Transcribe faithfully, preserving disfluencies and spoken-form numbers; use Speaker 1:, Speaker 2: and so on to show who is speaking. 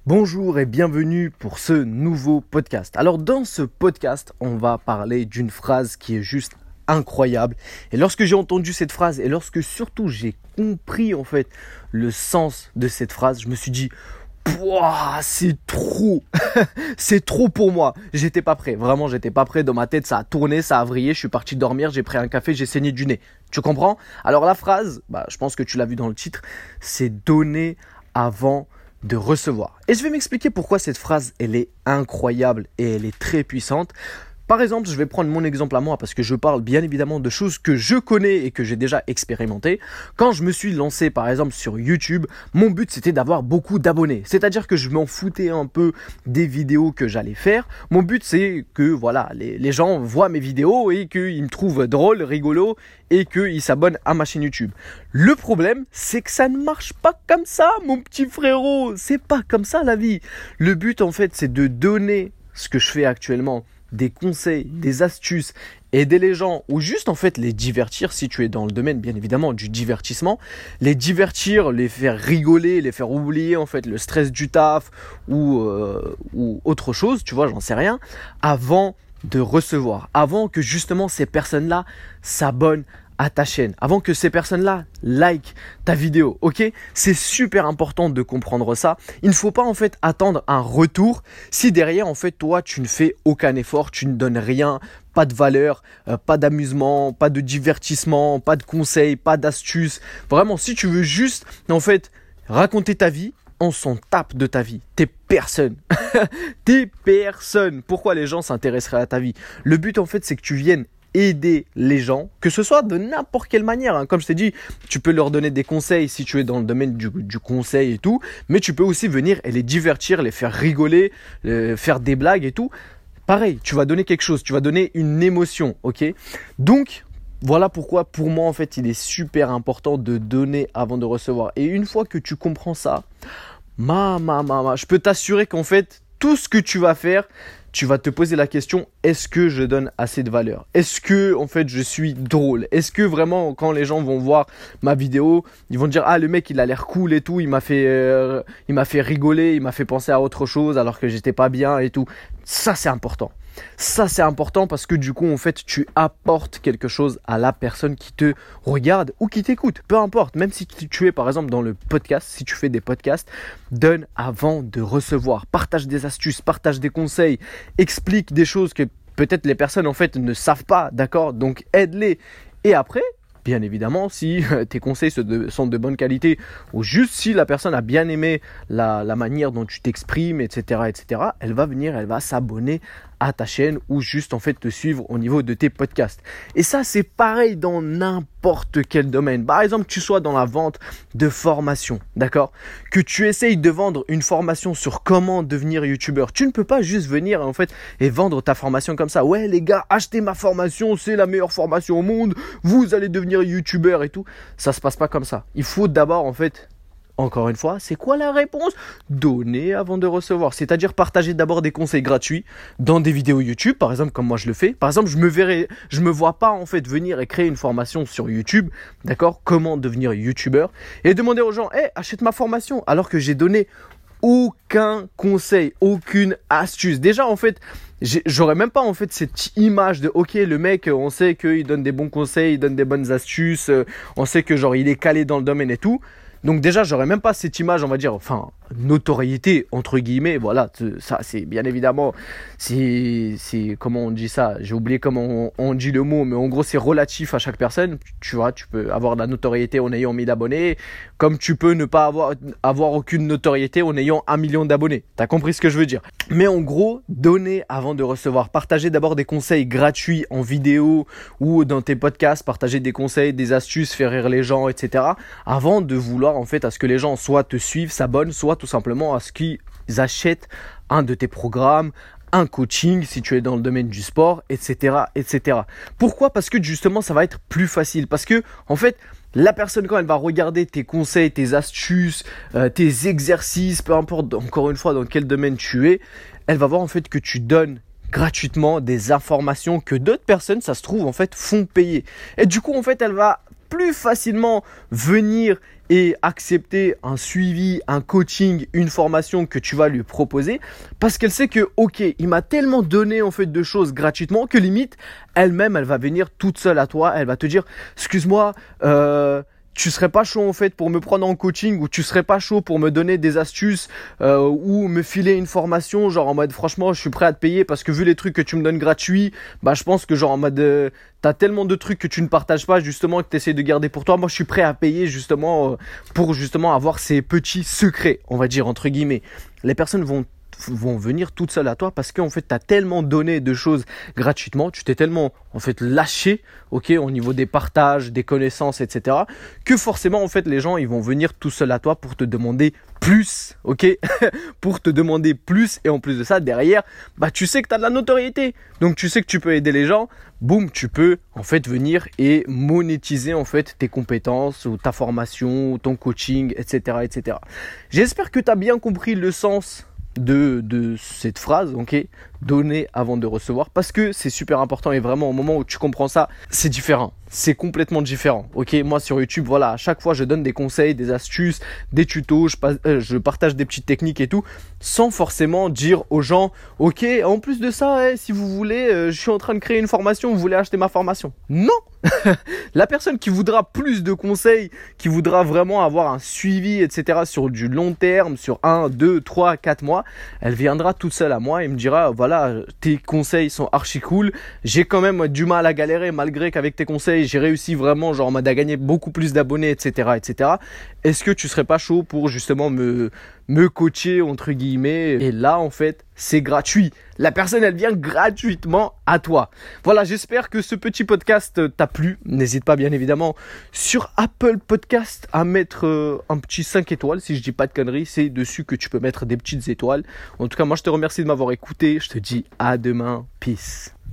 Speaker 1: Bonjour et bienvenue pour ce nouveau podcast. Alors dans ce podcast, on va parler d'une phrase qui est juste incroyable. Et lorsque j'ai entendu cette phrase et lorsque surtout j'ai compris en fait le sens de cette phrase, je me suis dit pouah, c'est trop, c'est trop pour moi. J'étais pas prêt, vraiment j'étais pas prêt. Dans ma tête ça a tourné, ça a vrillé. Je suis parti dormir, j'ai pris un café, j'ai saigné du nez. Tu comprends? Alors la phrase, bah je pense que tu l'as vu dans le titre, c'est donner avant de recevoir. Et je vais m'expliquer pourquoi cette phrase, elle est incroyable et elle est très puissante. Par exemple, je vais prendre mon exemple à moi parce que je parle bien évidemment de choses que je connais et que j'ai déjà expérimenté. Quand je me suis lancé par exemple sur YouTube, mon but c'était d'avoir beaucoup d'abonnés. C'est-à-dire que je m'en foutais un peu des vidéos que j'allais faire. Mon but c'est que voilà, les, les gens voient mes vidéos et qu'ils me trouvent drôle, rigolo et qu'ils s'abonnent à ma chaîne YouTube. Le problème, c'est que ça ne marche pas comme ça, mon petit frérot. C'est pas comme ça la vie. Le but en fait, c'est de donner ce que je fais actuellement, des conseils, des astuces, aider les gens ou juste en fait les divertir si tu es dans le domaine bien évidemment du divertissement, les divertir, les faire rigoler, les faire oublier en fait le stress du taf ou, euh, ou autre chose, tu vois, j'en sais rien, avant de recevoir, avant que justement ces personnes-là s'abonnent à ta chaîne, avant que ces personnes-là like ta vidéo, ok? C'est super important de comprendre ça. Il ne faut pas en fait attendre un retour si derrière en fait toi tu ne fais aucun effort, tu ne donnes rien, pas de valeur, euh, pas d'amusement, pas de divertissement, pas de conseils, pas d'astuces. Vraiment, si tu veux juste en fait raconter ta vie, on s'en tape de ta vie. T'es personne. T'es personne. Pourquoi les gens s'intéresseraient à ta vie? Le but en fait c'est que tu viennes aider les gens, que ce soit de n'importe quelle manière, hein. Comme je t'ai dit, tu peux leur donner des conseils si tu es dans le domaine du, du conseil et tout, mais tu peux aussi venir et les divertir, les faire rigoler, les faire des blagues et tout. Pareil, tu vas donner quelque chose, tu vas donner une émotion, ok? Donc, voilà pourquoi pour moi en fait il est super important de donner avant de recevoir. Et une fois que tu comprends ça, ma, ma, ma, ma, je peux t'assurer qu'en fait tout ce que tu vas faire, tu vas te poser la question, est-ce que je donne assez de valeur? Est-ce que en fait je suis drôle? Est-ce que vraiment quand les gens vont voir ma vidéo, ils vont dire ah le mec il a l'air cool et tout, il m'a fait euh, il m'a fait rigoler, il m'a fait penser à autre chose alors que j'étais pas bien et tout. Ça c'est important. Ça c'est important parce que du coup en fait tu apportes quelque chose à la personne qui te regarde ou qui t'écoute, peu importe, même si tu es par exemple dans le podcast, si tu fais des podcasts, donne avant de recevoir, partage des astuces, partage des conseils, explique des choses que peut-être les personnes en fait ne savent pas, d'accord, donc aide-les et après bien évidemment, si tes conseils sont de, sont de bonne qualité ou juste si la personne a bien aimé la, la manière dont tu t'exprimes, et cetera, et cetera, elle va venir, elle va s'abonner à ta chaîne ou juste en fait te suivre au niveau de tes podcasts. Et ça, c'est pareil dans n'importe quel domaine. Par exemple, tu sois dans la vente de formation, d'accord? Que tu essayes de vendre une formation sur comment devenir youtubeur. Tu ne peux pas juste venir en fait et vendre ta formation comme ça. Ouais les gars, achetez ma formation, c'est la meilleure formation au monde. Vous allez devenir youtubeur et tout. Ça se passe pas comme ça. Il faut d'abord en fait... Encore une fois, c'est quoi la réponse? Donner avant de recevoir. C'est-à-dire partager d'abord des conseils gratuits dans des vidéos YouTube, par exemple, comme moi je le fais. Par exemple, je me verrai, je me vois pas en fait venir et créer une formation sur YouTube, d'accord? Comment devenir YouTubeur et demander aux gens, hey, achète ma formation, alors que j'ai donné aucun conseil, aucune astuce. Déjà, en fait, j'aurais même pas en fait cette image de ok, le mec, on sait qu'il donne des bons conseils, il donne des bonnes astuces, on sait que genre il est calé dans le domaine et tout. Donc déjà, j'aurais même pas cette image, on va dire, enfin, notoriété, entre guillemets, voilà, ça, c'est bien évidemment, c'est, c'est, comment on dit ça, j'ai oublié comment on, on dit le mot, mais en gros, c'est relatif à chaque personne, tu vois, tu peux avoir de la notoriété en ayant mille abonnés, comme tu peux ne pas avoir, avoir aucune notoriété en ayant un million d'abonnés, t'as compris ce que je veux dire? Mais en gros, donner avant de recevoir, partager d'abord des conseils gratuits en vidéo ou dans tes podcasts, partager des conseils, des astuces, faire rire les gens, et cetera, avant de vouloir en fait à ce que les gens soit te suivent, s'abonnent, soit tout simplement à ce qu'ils achètent un de tes programmes, un coaching si tu es dans le domaine du sport, et cetera, et cetera. Pourquoi? Parce que justement ça va être plus facile. Parce que en fait la personne quand elle va regarder tes conseils, tes astuces, euh, tes exercices, peu importe encore une fois dans quel domaine tu es, elle va voir en fait que tu donnes gratuitement des informations que d'autres personnes, ça se trouve en fait, font payer. Et du coup en fait elle va plus facilement venir et accepter un suivi, un coaching, une formation que tu vas lui proposer parce qu'elle sait que ok, il m'a tellement donné en fait de choses gratuitement que limite elle-même elle va venir toute seule à toi, elle va te dire excuse-moi, euh, tu serais pas chaud en fait pour me prendre en coaching ou tu serais pas chaud pour me donner des astuces euh, ou me filer une formation genre en mode franchement je suis prêt à te payer parce que vu les trucs que tu me donnes gratuits, bah je pense que genre en mode euh, t'as tellement de trucs que tu ne partages pas justement que tu essaies de garder pour toi. Moi je suis prêt à payer justement euh, pour justement avoir ces petits secrets, on va dire entre guillemets. Les personnes vont vont venir toutes seules à toi parce qu'en fait tu as tellement donné de choses gratuitement, tu t'es tellement en fait lâché, ok, au niveau des partages, des connaissances, et cetera, que forcément en fait les gens ils vont venir tout seuls à toi pour te demander plus, ok, pour te demander plus et en plus de ça derrière, bah tu sais que tu as de la notoriété, donc tu sais que tu peux aider les gens, boum, tu peux en fait venir et monétiser en fait tes compétences ou ta formation, ou ton coaching, et cetera, et cetera. J'espère que tu as bien compris le sens de, de cette phrase, ok, donner avant de recevoir, parce que c'est super important et vraiment au moment où tu comprends ça, c'est différent, c'est complètement différent, ok. Moi sur YouTube, voilà, à chaque fois je donne des conseils, des astuces, des tutos, je, euh, je partage des petites techniques et tout, sans forcément dire aux gens, ok, en plus de ça, eh, si vous voulez, euh, je suis en train de créer une formation, vous voulez acheter ma formation? Non. La personne qui voudra plus de conseils, qui voudra vraiment avoir un suivi, et cetera sur du long terme, sur un, deux, trois, quatre mois, elle viendra toute seule à moi et me dira, voilà, tes conseils sont archi cool, j'ai quand même du mal à galérer malgré qu'avec tes conseils, j'ai réussi vraiment genre en mode à gagner beaucoup plus d'abonnés, et cetera, et cetera. Est-ce que tu serais pas chaud pour justement me, me coacher entre guillemets? Et là en fait c'est gratuit, la personne elle vient gratuitement à toi. Voilà, j'espère que ce petit podcast t'a plu. N'hésite pas bien évidemment sur Apple Podcast à mettre euh, un petit cinq étoiles, si je dis pas de conneries, c'est dessus que tu peux mettre des petites étoiles. En tout cas moi je te remercie de m'avoir écouté, je te dis à demain, peace.